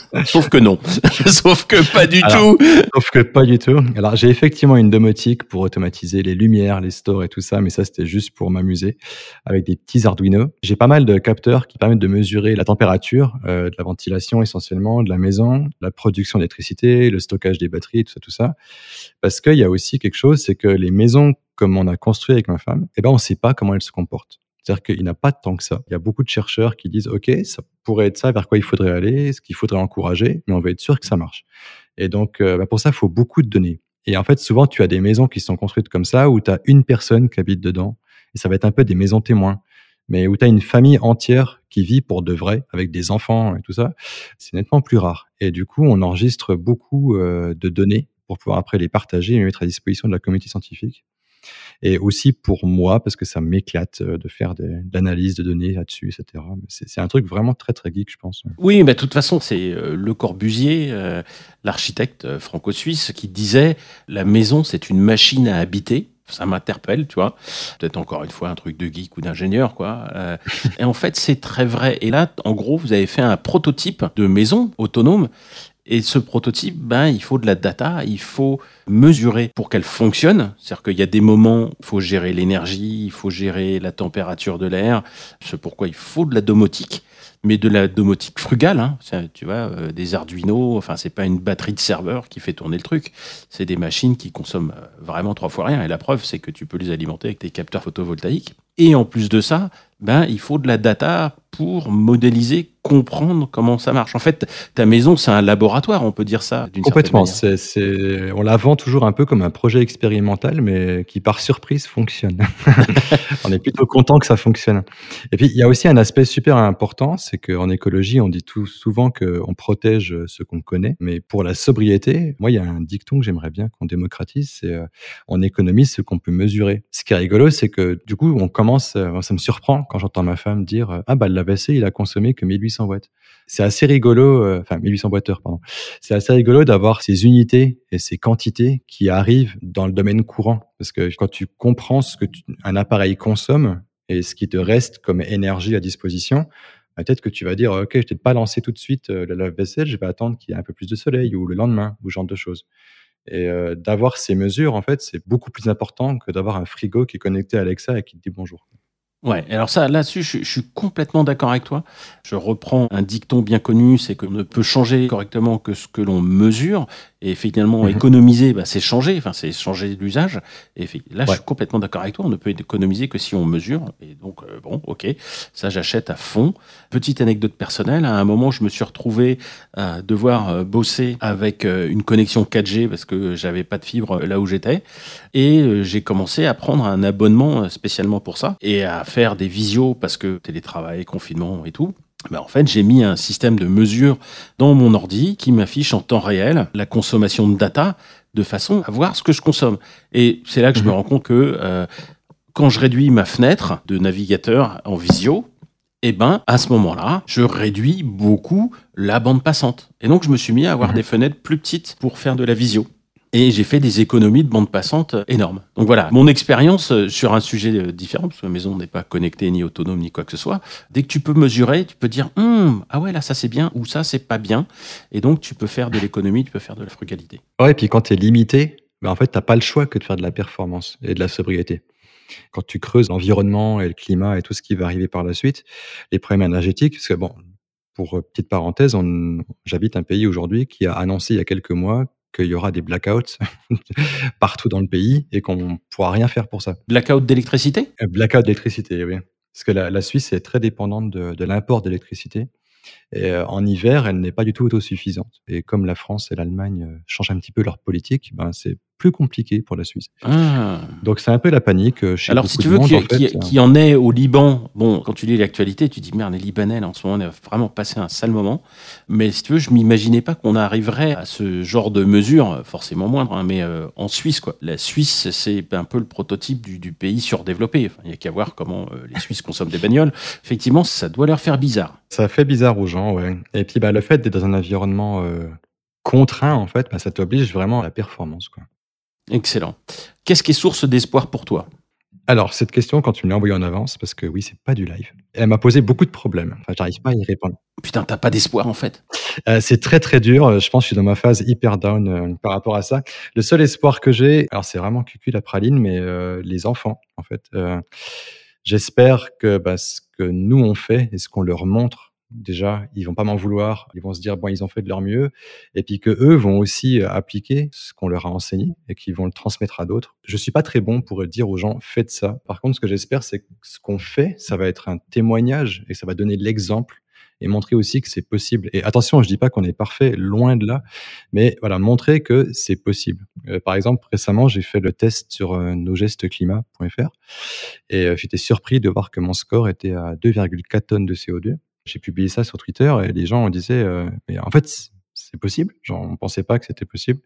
Sauf que non. Sauf que pas du Alors, tout. sauf que pas du tout. Alors, j'ai effectivement une domotique pour automatiser les lumières, les stores et tout ça, mais ça, c'était juste pour m'amuser avec des petits Arduino. J'ai pas mal de capteurs qui permettent de mesurer la température, heu, de la ventilation essentiellement, de la maison, la production d'électricité, le stockage des batteries, tout ça, tout ça. Parce qu'il y a aussi quelque chose, c'est que les maisons, comme on a construit avec ma femme, eh ben, on sait pas comment elles se comportent. C'est-à-dire qu'il n'y en a pas tant que ça. Il y a beaucoup de chercheurs qui disent: «OK, ça pourrait être ça vers quoi il faudrait aller, ce qu'il faudrait encourager, mais on veut être sûr que ça marche». Et donc, heu, bah, pour ça, il faut beaucoup de données. Et en fait, souvent, tu as des maisons qui sont construites comme ça, où tu as une personne qui habite dedans et ça va être un peu des maisons témoins. Mais où tu as une famille entière qui vit pour de vrai, avec des enfants et tout ça, c'est nettement plus rare. Et du coup, on enregistre beaucoup, heu, de données pour pouvoir après les partager et les mettre à disposition de la communauté scientifique. Et aussi pour moi, parce que ça m'éclate, heu, de faire des de l'analyse de données là-dessus et cetera. Mais c'est c'est un truc vraiment très, très geek, je pense, ouais. Oui, bah, de toute façon, c'est euh, Le Corbusier, euh, l'architecte euh, franco-suisse, qui disait la maison, c'est une machine à habiter. Ça m'interpelle, tu vois. Peut-être encore une fois un truc de geek ou d'ingénieur, quoi. Euh, et en fait, c'est très vrai. Et là, en gros, vous avez fait un prototype de maison autonome. Et ce prototype, ben, il faut de la data, il faut mesurer pour qu'elle fonctionne. C'est-à-dire qu'il y a des moments où il faut gérer l'énergie, il faut gérer la température de l'air. C'est pourquoi il faut de la domotique, mais de la domotique frugale. Hein. C'est, tu vois, euh, des Arduino, enfin, c'est pas une batterie de serveur qui fait tourner le truc. C'est des machines qui consomment euh, vraiment trois fois rien. Et la preuve, c'est que tu peux les alimenter avec des capteurs photovoltaïques. Et en plus de ça, ben, il faut de la data pour modéliser, comprendre comment ça marche. En fait, ta maison, c'est un laboratoire, on peut dire ça d'une certaine Complètement, manière. c'est c'est on la vend toujours un peu comme un projet expérimental, mais qui par surprise fonctionne. On est plutôt content que ça fonctionne. Et puis il y a aussi un aspect super important, c'est qu'en écologie, on dit tout souvent qu'on protège, ce qu'on connaît, mais pour la sobriété, moi, il y a un dicton que j'aimerais bien qu'on démocratise, c'est, heu: «On économise ce qu'on peut mesurer». Ce qui est rigolo, c'est que du coup, on commence, heu, moi ça me surprend quand j'entends ma femme dire, heu: «Ah bah, le lave-vaisselle, il a consommé que mille huit cents watts». C'est assez rigolo, heu, enfin mille huit cents watts pardon. C'est assez rigolo d'avoir ces unités et ces quantités qui arrivent dans le domaine courant. Parce que quand tu comprends ce que tu un appareil consomme et ce qui te reste comme énergie à disposition, bah, peut-être que tu vas dire: «OK, je vais peut-être pas lancer tout de suite, heu, le lave-vaisselle, je vais attendre qu'il y ait un peu plus de soleil ou le lendemain», ou ce genre de choses. Et heu, d'avoir ces mesures, en fait, c'est beaucoup plus important que d'avoir un frigo qui est connecté à Alexa et qui te dit bonjour. Ouais, alors ça, là-dessus, je, je suis complètement d'accord avec toi. Je reprends un dicton bien connu, c'est qu'on ne peut changer correctement que ce que l'on mesure. Et finalement, Mmh. économiser, bah, c'est changer, enfin, c'est changer l'usage. Et fi- là, je Ouais. suis complètement d'accord avec toi. On ne peut économiser que si on mesure. Et donc, euh, bon, ok, ça, j'achète à fond. Petite anecdote personnelle, à un moment, je me suis retrouvé à devoir euh, bosser avec euh, une connexion quatre G parce que j'avais pas de fibre euh, là où j'étais. Et euh, j'ai commencé à prendre un abonnement euh, spécialement pour ça et à faire des visios parce que télétravail, confinement et tout. Ben en fait, j'ai mis un système de mesure dans mon ordi qui m'affiche en temps réel la consommation de data de façon à voir ce que je consomme. Et c'est là que je me Mmh. rends compte que euh, quand je réduis ma fenêtre de navigateur en visio, eh ben, à ce moment-là, je réduis beaucoup la bande passante. Et donc, je me suis mis à avoir Mmh. des fenêtres plus petites pour faire de la visio. Et j'ai fait des économies de bande passante euh, énormes. Donc voilà, mon expérience euh, sur un sujet euh, différent, parce que la maison n'est pas connectée, ni autonome, ni quoi que ce soit. Dès que tu peux mesurer, tu peux dire, Hum, ah ouais, là, ça c'est bien, ou ça, c'est pas bien. Et donc, tu peux faire de l'économie, tu peux faire de la frugalité. Ouais, et puis quand tu es limité, bah, en fait, tu as pas le choix que de faire de la performance et de la sobriété. Quand tu creuses l'environnement et le climat et tout ce qui va arriver par la suite, les problèmes énergétiques, parce que bon, pour euh, petite parenthèse, on j'habite un pays aujourd'hui qui a annoncé il y a quelques mois qu'il y aura des blackouts partout dans le pays et qu'on ne pourra rien faire pour ça. Blackout d'électricité? Heu, blackout d'électricité, oui. Parce que la la Suisse est très dépendante de de l'import d'électricité et heu, en hiver, elle n'est pas du tout autosuffisante et comme la France et l'Allemagne, heu, changent un petit peu leur politique, ben, c'est plus compliqué pour la Suisse. Ah. Donc c'est un peu la panique, heu, chez Alors, si beaucoup tu de veux monde, en qu'il fait, qu'il- qu'il y en ait au Liban, bon, quand tu lis l'actualité, tu dis merde, les Libanais, là, en ce moment, on a vraiment passé un sale moment. Mais si tu veux, je m'imaginais pas qu'on arriverait à ce genre de mesures, forcément moindre, hein, mais euh, en Suisse, quoi. La Suisse, c'est un peu le prototype du, du pays surdéveloppé. Enfin, il n'y a qu'à voir comment euh, les Suisses consomment des bagnoles. Effectivement, ça doit leur faire bizarre. ça fait bizarre aux gens, ouais. Et puis, bah, le fait d'être dans un environnement, heu, contraint, en fait, bah, ça t'oblige vraiment à la performance, quoi. Excellent. Qu'est-ce qui est source d'espoir pour toi? Alors, cette question, quand tu me l'as envoyée en avance, parce que oui, c'est pas du live, elle m'a posé beaucoup de problèmes. Enfin, j'arrive pas à y répondre. Putain, tu pas d'espoir en fait? Heu, c'est très, très dur, heu, je pense que je suis dans ma phase hyper down, heu, par rapport à ça. Le seul espoir que j'ai, alors c'est vraiment cucu la praline, mais heu, les enfants, en fait, heu, j'espère que, bah, ce que nous on fait et ce qu'on leur montre, déjà, ils vont pas m'en vouloir. Ils vont se dire: «Bon, ils ont fait de leur mieux» et puis qu'eux vont aussi, heu, appliquer ce qu'on leur a enseigné et qu'ils vont le transmettre à d'autres. Je suis pas très bon pour dire aux gens: «Faites ça». Par contre, ce que j'espère, c'est que ce qu'on fait, ça va être un témoignage et ça va donner l'exemple et montrer aussi que c'est possible. Et attention, je dis pas qu'on est parfait, loin de là, mais voilà, montrer que c'est possible. Heu, par exemple, récemment, j'ai fait le test sur, heu, nosgestesclimat point f r et heu, j'étais surpris de voir que mon score était à deux virgule quatre tonnes de C O deux. J'ai publié ça sur Twitter et les gens disaient, heu: «Mais en fait, c c'est possible». Genre, on pensait pas que c'était possible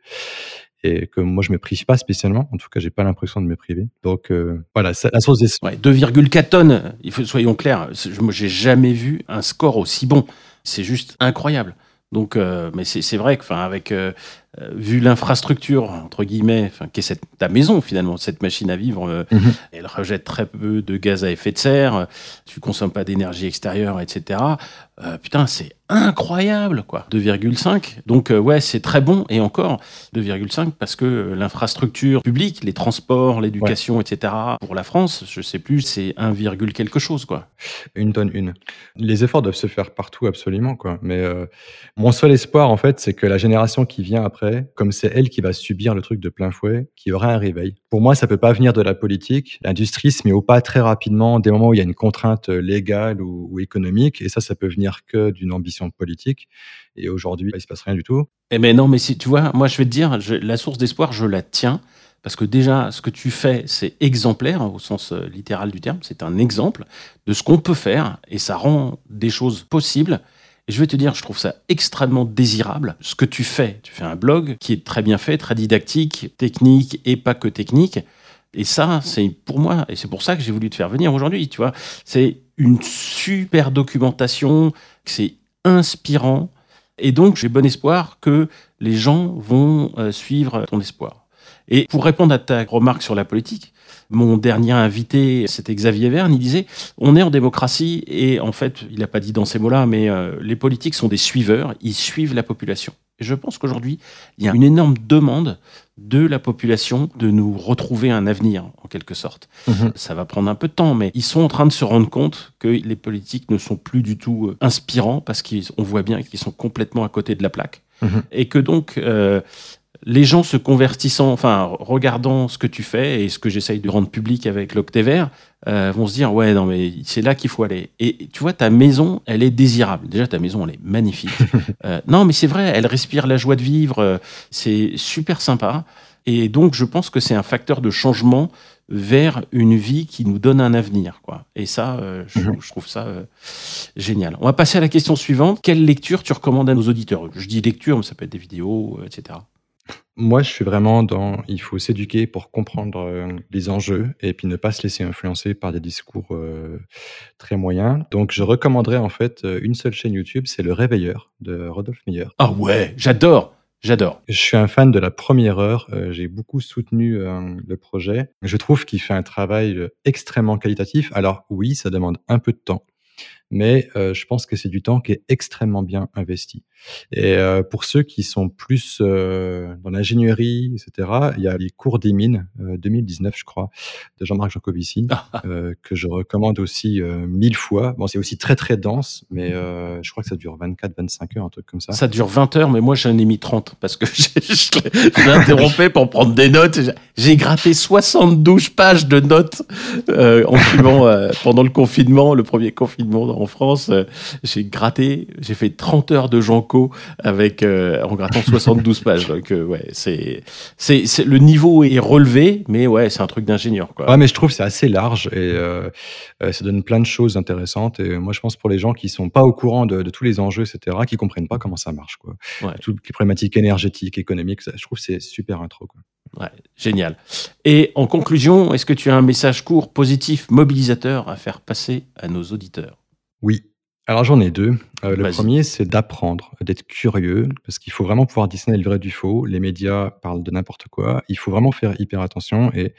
et que moi, je me prive pas spécialement. En tout cas, j'ai pas l'impression de me priver. Donc heu, voilà, c'est la source des Ouais, deux virgule quatre tonnes, il faut, soyons clairs, c'est- moi j'ai jamais vu un score aussi bon. C'est juste incroyable. Donc, euh, mais c'est c'est vrai que, enfin, avec euh, euh, vu l'infrastructure entre guillemets, enfin, qu'est cette ta maison finalement, cette machine à vivre, euh, mmh elle rejette très peu de gaz à effet de serre, euh, tu consommes pas d'énergie extérieure, et cetera. Euh, putain, c'est incroyable, quoi. deux virgule cinq. Donc, euh, ouais, c'est très bon. Et encore, deux virgule cinq parce que euh, l'infrastructure publique, les transports, ouais. l'éducation, et cetera, pour la France, je sais plus, c'est un, quelque chose, quoi. Une tonne une. Les efforts doivent se faire partout absolument, quoi. Mais, heu, mon seul espoir, en fait, c'est que la génération qui vient après, comme c'est elle qui va subir le truc de plein fouet, qu'il y aura un réveil. Pour moi, ça peut pas venir de la politique. L'industrie se met au pas très rapidement dès le moment où il y a une contrainte, heu, légale ou ou économique et ça, ça peut venir que d'une ambition politique et aujourd'hui, bah, il se passe rien du tout. Eh ben non, mais si tu vois, moi je vais te dire, je- la source d'espoir, je la tiens. Parce que déjà, ce que tu fais, c'est exemplaire hein, au sens euh, littéral du terme. C'est un exemple de ce qu'on peut faire et ça rend des choses possibles. Et je vais te dire, je trouve ça extrêmement désirable. Ce que tu fais, tu fais un blog qui est très bien fait, très didactique, technique et pas que technique. Et ça, c'est pour moi, et c'est pour ça que j'ai voulu te faire venir aujourd'hui, tu vois. C'est une super documentation, c'est inspirant. Et donc, j'ai bon espoir que les gens vont euh, suivre ton espoir. Et pour répondre à ta remarque sur la politique, mon dernier invité, c'était Xavier Verne, il disait, on est en démocratie et en fait, il n'a pas dit dans ces mots-là, mais euh, les politiques sont des suiveurs, ils suivent la population. Et je pense qu'aujourd'hui, il y a une énorme demande de la population de nous retrouver un avenir, en quelque sorte. Mmh Ça va prendre un peu de temps, mais ils sont en train de se rendre compte que les politiques ne sont plus du tout euh, inspirants parce qu'on voit bien qu'ils sont complètement à côté de la plaque. mh. Et que donc, euh, les gens se convertissant, enfin, regardant ce que tu fais et ce que j'essaye de rendre public avec l'Octévert, euh, vont se dire, ouais, non, mais c'est là qu'il faut aller. Et tu vois, ta maison, elle est désirable. Déjà, ta maison, elle est magnifique. Euh, non, mais c'est vrai, elle respire la joie de vivre. euh, c'est super sympa. Et donc, je pense que c'est un facteur de changement vers une vie qui nous donne un avenir, quoi. Et ça, euh, je, Mmh je trouve ça euh, génial. On va passer à la question suivante. Quelle lecture tu recommandes à nos auditeurs? Je dis lecture, mais ça peut être des vidéos, euh, et cetera. Moi, je suis vraiment dans il faut s'éduquer pour comprendre, heu, les enjeux et puis ne pas se laisser influencer par des discours, heu, très moyens. Donc je recommanderais en fait, heu, une seule chaîne YouTube, c'est Le Réveilleur de Rodolphe Meyer. Ah ouais, j'adore, j'adore. Je suis un fan de la première heure, heu, j'ai beaucoup soutenu, hem, le projet. Je trouve qu'il fait un travail, heu, extrêmement qualitatif. Alors oui, ça demande un peu de temps. Mais heu, je pense que c'est du temps qui est extrêmement bien investi et heu, pour ceux qui sont plus, heu, dans l'ingénierie et cetera, il y a les cours des mines, heu, deux mille dix-neuf je crois, de Jean-Marc Jancovici, heu, que je recommande aussi, heu, mille fois. Bon, c'est aussi très, très dense, mais heu, je crois que ça dure vingt-quatre vingt-cinq heures, un truc comme ça. Ça dure vingt heures, mais moi j'en ai mis trente parce que je, je, je l'interrompais pour prendre des notes. J'ai gratté soixante-douze pages de notes euh, en suivant euh, pendant le confinement, le premier confinement en France. Euh, j'ai gratté, j'ai fait trente heures de Janco avec euh, en grattant soixante-douze pages. Donc euh, ouais, c'est c'est c'est le niveau est relevé, mais ouais, c'est un truc d'ingénieur Ouais, quoi. mais je trouve que c'est assez large et heu heu, ça donne plein de choses intéressantes et moi, je pense pour les gens qui sont pas au courant de de tous les enjeux et cetera, qui comprennent pas comment ça marche, quoi. Ouais. Toutes les problématiques énergétiques, économiques, ça je trouve que c'est super intro, quoi. Ouais, génial. Et en conclusion, est-ce que tu as un message court, positif, mobilisateur à faire passer à nos auditeurs? Oui, alors j'en ai deux. Heu, le Vas-y. premier c'est d'apprendre, d'être curieux, parce qu'il faut vraiment pouvoir discerner le vrai du faux. Les médias parlent de n'importe quoi. Il faut vraiment faire hyper attention et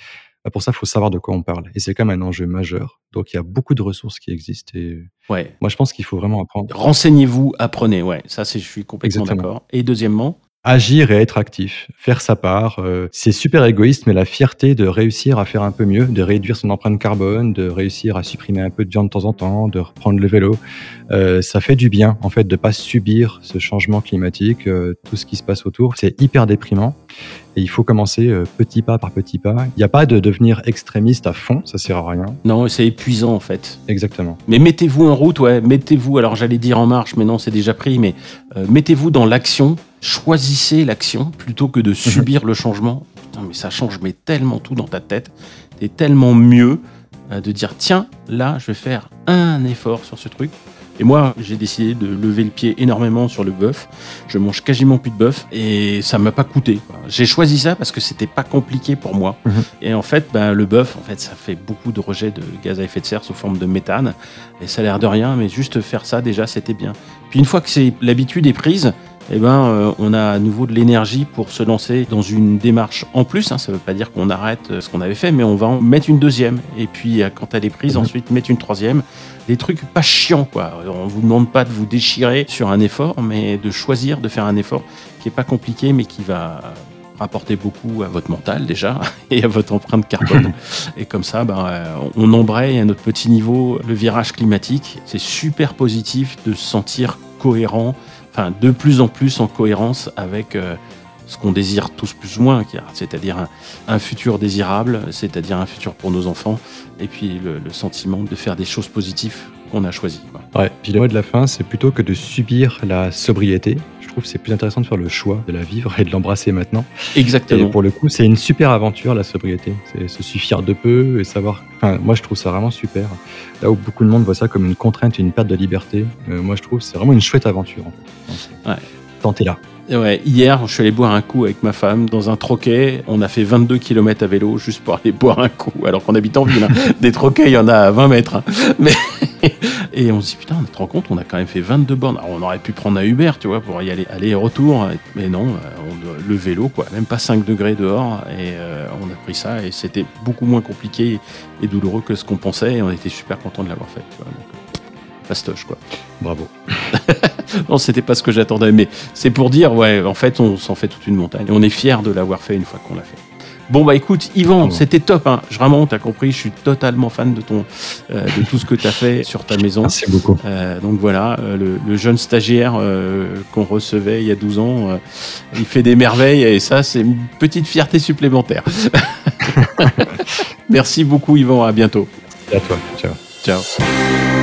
Bah, pour ça, il faut savoir de quoi on parle et c'est quand même un enjeu majeur. Donc il y a beaucoup de ressources qui existent et Ouais. moi je pense qu'il faut vraiment apprendre. Renseignez-vous, apprenez, ouais, ça c'est je suis complètement Exactement. d'accord. Et deuxièmement? Agir et être actif, faire sa part, heu, c'est super égoïste, mais la fierté de réussir à faire un peu mieux, de réduire son empreinte carbone, de réussir à supprimer un peu de viande de temps en temps, de reprendre le vélo, heu, ça fait du bien, en fait, de pas subir ce changement climatique, heu, tout ce qui se passe autour. C'est hyper déprimant et il faut commencer, heu, petit pas par petit pas. Il y a pas de devenir extrémiste à fond, ça sert à rien. Non, c'est épuisant en fait. Exactement. Mais mettez-vous en route, ouais, mettez-vous, alors j'allais dire en marche, mais non, c'est déjà pris, mais euh, mettez-vous dans l'action, choisissez l'action plutôt que de subir le changement. Putain, mais ça change mais tellement tout dans ta tête. T'es tellement mieux euh, de dire, tiens, là, je vais faire un effort sur ce truc. Et moi, j'ai décidé de lever le pied énormément sur le bœuf. Je mange quasiment plus de bœuf et ça m'a pas coûté, quoi. J'ai choisi ça parce que c'était pas compliqué pour moi. Mmh. Et en fait, ben, le bœuf, en fait, ça fait beaucoup de rejets de gaz à effet de serre sous forme de méthane. Et ça a l'air de rien, mais juste faire ça, déjà, c'était bien. Puis une fois que c'est, l'habitude est prise, eh ben, euh, on a à nouveau de l'énergie pour se lancer dans une démarche en plus. Hein, ça ne veut pas dire qu'on arrête ce qu'on avait fait, mais on va en mettre une deuxième. Et puis, euh, quand elle est prise, mmh. ensuite, mettre une troisième. Des trucs pas chiants, quoi. On ne vous demande pas de vous déchirer sur un effort, mais de choisir de faire un effort qui n'est pas compliqué, mais qui va rapporter beaucoup à votre mental, déjà, et à votre empreinte carbone. Et comme ça, ben, on embraye à notre petit niveau le virage climatique. C'est super positif de se sentir cohérent, enfin, de plus en plus en cohérence avec euh, ce qu'on désire tous plus ou moins, c'est-à-dire un, un futur désirable, c'est-à-dire un futur pour nos enfants, et puis le, le sentiment de faire des choses positives qu'on a choisies, quoi. Ouais, puis le mot de la fin, c'est plutôt que de subir la sobriété. Je trouve que c'est plus intéressant de faire le choix de la vivre et de l'embrasser maintenant. Exactement. Et pour le coup, c'est une super aventure, la sobriété. C'est se suffire de peu et savoir... Enfin, moi, je trouve ça vraiment super. Là où beaucoup de monde voit ça comme une contrainte et une perte de liberté, euh, moi, je trouve que c'est vraiment une chouette aventure, en fait. Donc, ouais. Tentez-la. Ouais, hier, je suis allé boire un coup avec ma femme dans un troquet. On a fait vingt-deux kilomètres à vélo juste pour aller boire un coup, alors qu'on habite en ville. Hein. Des troquets, il y en a à vingt mètres. Hein. Mais... Et on se dit, putain, on te rend compte, on a quand même fait vingt-deux bornes. Alors, on aurait pu prendre un Uber, tu vois, pour y aller, aller et retour. Mais non, on, le vélo, quoi. Même pas cinq degrés dehors. Et euh, on a pris ça. Et c'était beaucoup moins compliqué et douloureux que ce qu'on pensait. Et on était super contents de l'avoir fait, tu vois. Donc, fastoche, quoi. Bravo. Non, c'était pas ce que j'attendais, mais c'est pour dire, ouais, en fait, on s'en fait toute une montagne. Et on est fiers de l'avoir fait une fois qu'on l'a fait. Bon, bah écoute, Yvan, c'était top, hein. Je, vraiment, t'as compris, je suis totalement fan de, ton, euh, de tout ce que t'as fait sur ta maison. Merci beaucoup. Euh, donc voilà, euh, le, le jeune stagiaire euh, qu'on recevait il y a douze ans, euh, il fait des merveilles et ça, c'est une petite fierté supplémentaire. Merci beaucoup, Yvan, à bientôt. Et à toi, ciao. Ciao.